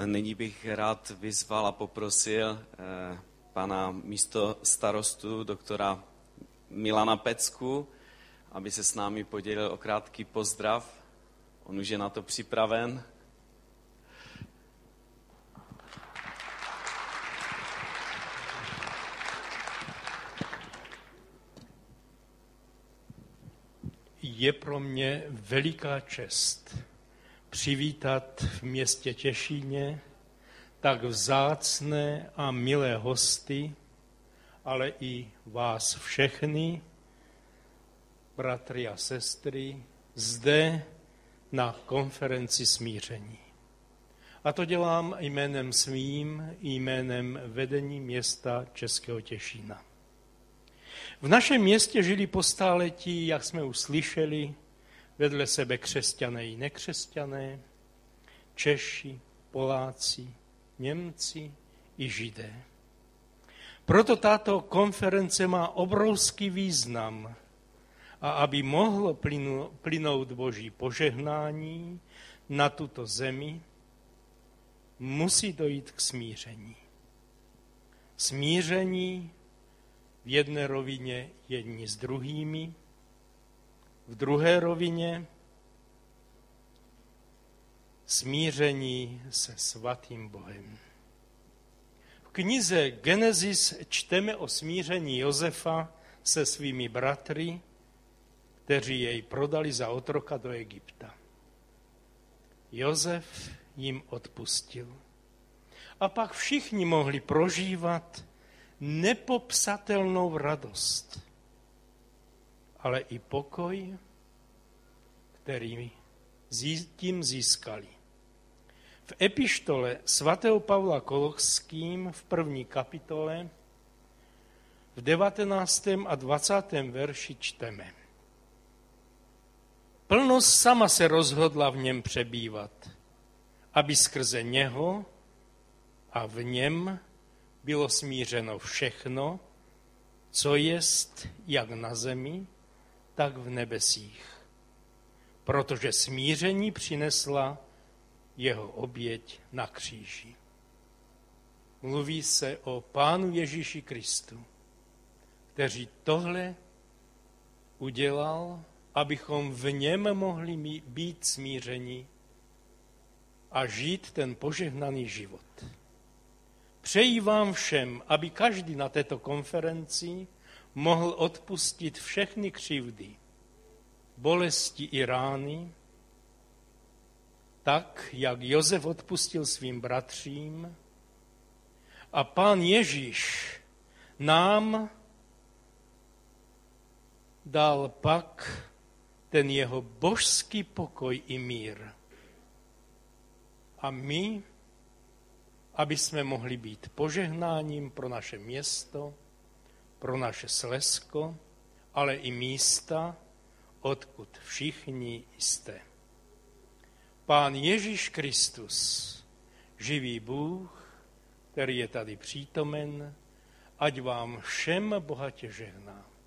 Nyní bych rád vyzval a poprosil pana místostarostu doktora Milana Pecku, aby se s námi podělil o krátký pozdrav. On už je na to připraven. Je pro mě veliká čest přivítat v městě Těšíně tak vzácné a milé hosty, ale i vás všechny, bratry a sestry, zde na konferenci smíření. A to dělám jménem svým, jménem vedení města Českého Těšína. V našem městě žili po stáletí, jak jsme už slyšeli, vedle sebe křesťané i nekřesťané, Češi, Poláci, Němci i Židé. Proto tato konference má obrovský význam a aby mohlo plynout Boží požehnání na tuto zemi, musí dojít k smíření. Smíření v jedné rovině jedni s druhými, v druhé rovině smíření se svatým Bohem. V knize Genesis čteme o smíření Josefa se svými bratry, kteří jej prodali za otroka do Egypta. Josef jim odpustil. A pak všichni mohli prožívat nepopsatelnou radost, ale i pokoj, který tím získali. V epištole svatého Pavla Koloským v 1. kapitole v 19. a 20. verši čteme. Plnost sama se rozhodla v něm přebývat, aby skrze něho a v něm bylo smířeno všechno, co jest jak na zemi, tak v nebesích. Protože smíření přinesla jeho oběť na kříži. Mluví se o Pánu Ježíši Kristu, který tohle udělal, abychom v něm mohli být smířeni a žít ten požehnaný život. Přeji vám všem, aby každý na této konferenci mohl odpustit všechny křivdy, bolesti i rány, tak, jak Josef odpustil svým bratřím a Pán Ježíš nám dal pak ten jeho božský pokoj i mír. A my, aby jsme mohli být požehnáním pro naše město, pro naše Slezsko, ale i místa, odkud všichni jste. Pán Ježíš Kristus, živý Bůh, který je tady přítomen, ať vám všem bohatě žehná.